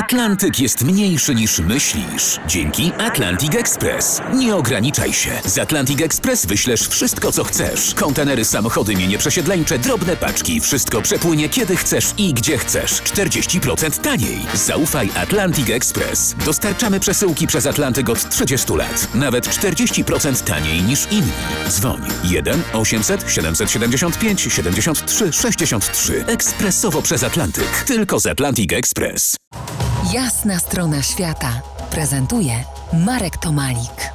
Atlantyk jest mniejszy niż myślisz. Dzięki Atlantic Express. Nie ograniczaj się. Z Atlantic Express wyślesz wszystko, co chcesz. Kontenery, samochody, mienie przesiedleńcze, drobne paczki. Wszystko przepłynie kiedy chcesz i gdzie chcesz. 40% taniej. Zaufaj Atlantic Express. Dostarczamy przesyłki przez Atlantyk od 30 lat. Nawet 40% taniej niż inni. Dzwoń 1 800 775 73 63. Ekspresowo przez Atlantyk. Tylko z Atlantic Express. Jasna strona świata prezentuje Marek Tomalik.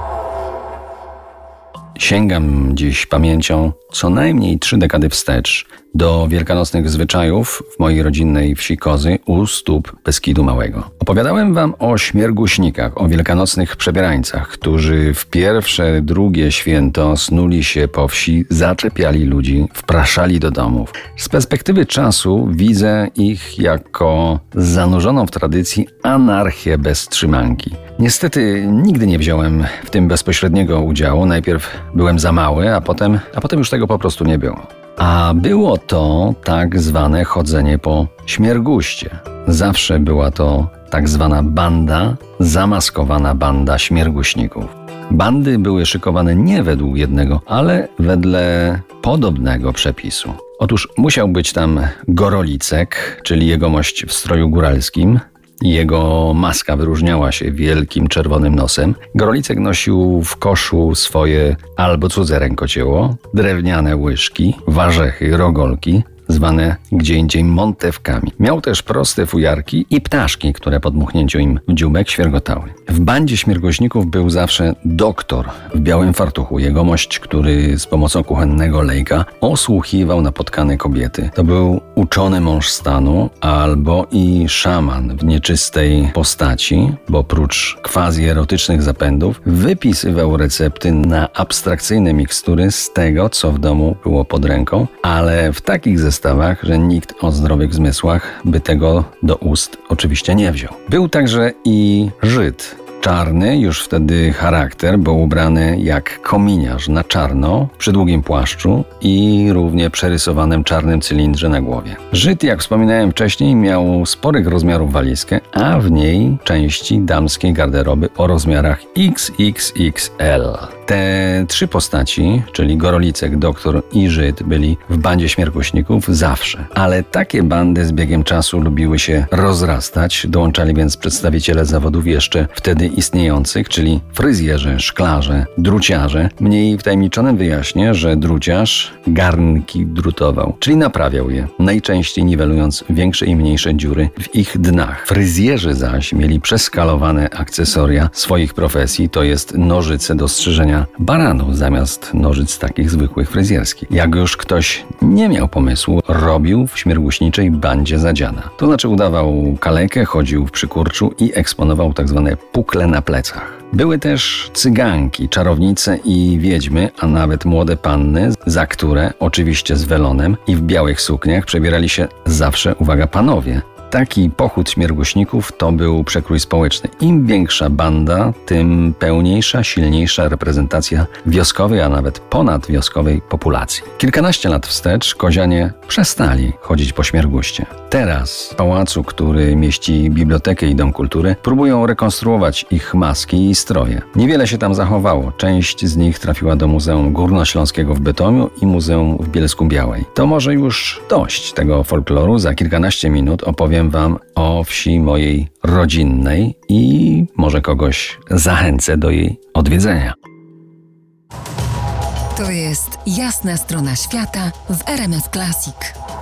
Sięgam dziś pamięcią co najmniej 3 dekady wstecz do wielkanocnych zwyczajów w mojej rodzinnej wsi Kozy u stóp Beskidu Małego. Opowiadałem wam o śmierguśnikach, o wielkanocnych przebierańcach, którzy w pierwsze, drugie święto snuli się po wsi, zaczepiali ludzi, wpraszali do domów. Z perspektywy czasu widzę ich jako zanurzoną w tradycji anarchię bez trzymanki. Niestety nigdy nie wziąłem w tym bezpośredniego udziału. Najpierw byłem za mały, a potem już tego po prostu nie było. A było to tak zwane chodzenie po śmierguście. Zawsze była to tak zwana banda, zamaskowana banda śmierguśników. Bandy były szykowane nie według jednego, ale wedle podobnego przepisu. Otóż musiał być tam Gorolicek, czyli jegomość w stroju góralskim. Jego maska wyróżniała się wielkim czerwonym nosem. Gorolicek nosił w koszu swoje albo cudze rękocieło, drewniane łyżki, warzechy, rogolki, zwane gdzie indziej montewkami. Miał też proste fujarki i ptaszki, które po dmuchnięciu im w dzióbek świergotały. W bandzie śmiergośników był zawsze doktor w białym fartuchu, jegomość, który z pomocą kuchennego lejka osłuchiwał napotkane kobiety. To był uczony mąż stanu albo i szaman w nieczystej postaci, bo prócz quasi-erotycznych zapędów wypisywał recepty na abstrakcyjne mikstury z tego, co w domu było pod ręką, ale w takich zestawach, że nikt o zdrowych zmysłach by tego do ust oczywiście nie wziął. Był także i Żyd. Czarny już wtedy charakter, bo ubrany jak kominiarz na czarno, przy długim płaszczu i równie przerysowanym czarnym cylindrze na głowie. Żyd, jak wspominałem wcześniej, miał sporych rozmiarów walizkę, a w niej części damskiej garderoby o rozmiarach XXXL. Te 3 postaci, czyli Gorolicek, doktor i Żyd, byli w bandzie śmierguśników zawsze. Ale takie bandy z biegiem czasu lubiły się rozrastać, dołączali więc przedstawiciele zawodów jeszcze wtedy istniejących, czyli fryzjerzy, szklarze, druciarze. Mniej wtajemniczonym wyjaśnię, że druciarz garnki drutował, czyli naprawiał je, najczęściej niwelując większe i mniejsze dziury w ich dnach. Fryzjerzy zaś mieli przeskalowane akcesoria swoich profesji, to jest nożyce do strzyżenia baranów zamiast nożyc takich zwykłych fryzjerskich. Jak już ktoś nie miał pomysłu, robił w śmierguśniczej bandzie zadziana. To znaczy udawał kalekę, chodził w przykurczu i eksponował tak zwane pukle na plecach. Były też cyganki, czarownice i wiedźmy, a nawet młode panny, za które, oczywiście z welonem i w białych sukniach, przebierali się zawsze, uwaga, panowie. Taki pochód śmierguśników to był przekrój społeczny. Im większa banda, tym pełniejsza, silniejsza reprezentacja wioskowej, a nawet ponadwioskowej populacji. Kilkanaście lat wstecz kozianie przestali chodzić po śmierguście. Teraz w pałacu, który mieści bibliotekę i dom kultury, próbują rekonstruować ich maski i stroje. Niewiele się tam zachowało. Część z nich trafiła do Muzeum Górnośląskiego w Bytomiu i Muzeum w Bielsku-Białej. To może już dość tego folkloru. Za kilkanaście minut opowiem wam o wsi mojej rodzinnej i może kogoś zachęcę do jej odwiedzenia. To jest Jasna strona świata w RMF Classic.